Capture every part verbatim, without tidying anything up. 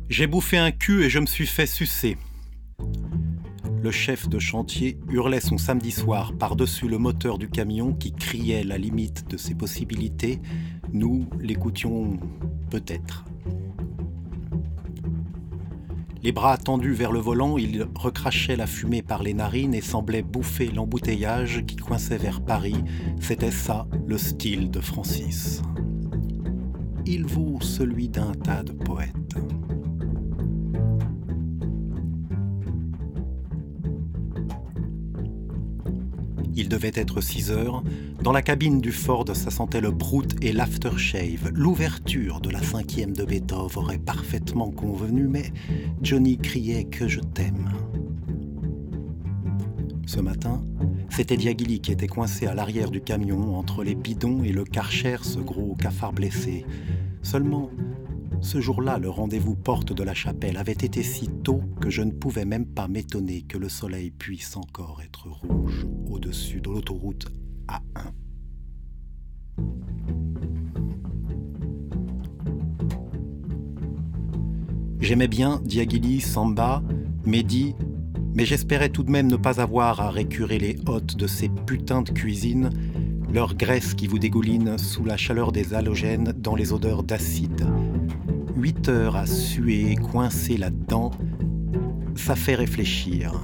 J'ai bouffé un cul et je me suis fait sucer. Le chef de chantier hurlait son samedi soir par-dessus le moteur du camion qui criait la limite de ses possibilités. Nous l'écoutions peut-être. Les bras tendus vers le volant, il recrachait la fumée par les narines et semblait bouffer l'embouteillage qui coinçait vers Paris. C'était ça, le style de Francis. Il vaut celui d'un tas de poètes. Il devait être six heures. Dans la cabine du Ford, ça sentait le brout et l'aftershave. L'ouverture de la cinquième de Beethoven aurait parfaitement convenu, mais Johnny criait que je t'aime. Ce matin, c'était Diaghilev qui était coincé à l'arrière du camion entre les bidons et le Karcher, ce gros cafard blessé. Seulement, ce jour-là, le rendez-vous porte de la chapelle avait été si tôt que je ne pouvais même pas m'étonner que le soleil puisse encore être rouge au-dessus de l'autoroute A un. J'aimais bien Diaghilev, Samba, Mehdi, mais j'espérais tout de même ne pas avoir à récurer les hôtes de ces putains de cuisines, leur graisse qui vous dégouline sous la chaleur des halogènes dans les odeurs d'acide. Huit heures à suer, coincé là-dedans, ça fait réfléchir.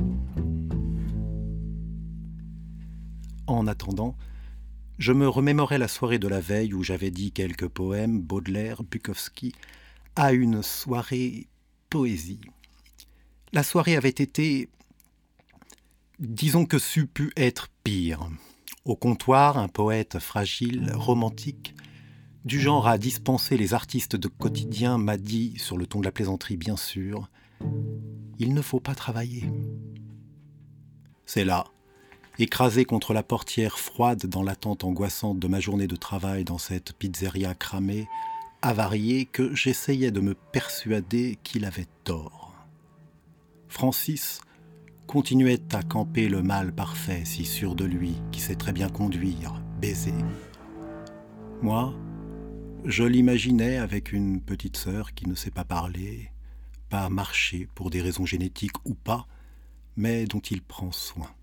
En attendant, je me remémorais la soirée de la veille où j'avais dit quelques poèmes, Baudelaire, Bukowski, à une soirée poésie. La soirée avait été, disons que c'eût pu être pire. Au comptoir, un poète fragile, romantique, du genre à dispenser les artistes de quotidien, m'a dit, sur le ton de la plaisanterie bien sûr, « Il ne faut pas travailler ». C'est là, écrasé contre la portière froide dans l'attente angoissante de ma journée de travail dans cette pizzeria cramée, avariée, que j'essayais de me persuader qu'il avait tort. Francis continuait à camper le mâle parfait, si sûr de lui, qui sait très bien conduire, baiser. Moi, je l'imaginais avec une petite sœur qui ne sait pas parler, pas marcher pour des raisons génétiques ou pas, mais dont il prend soin.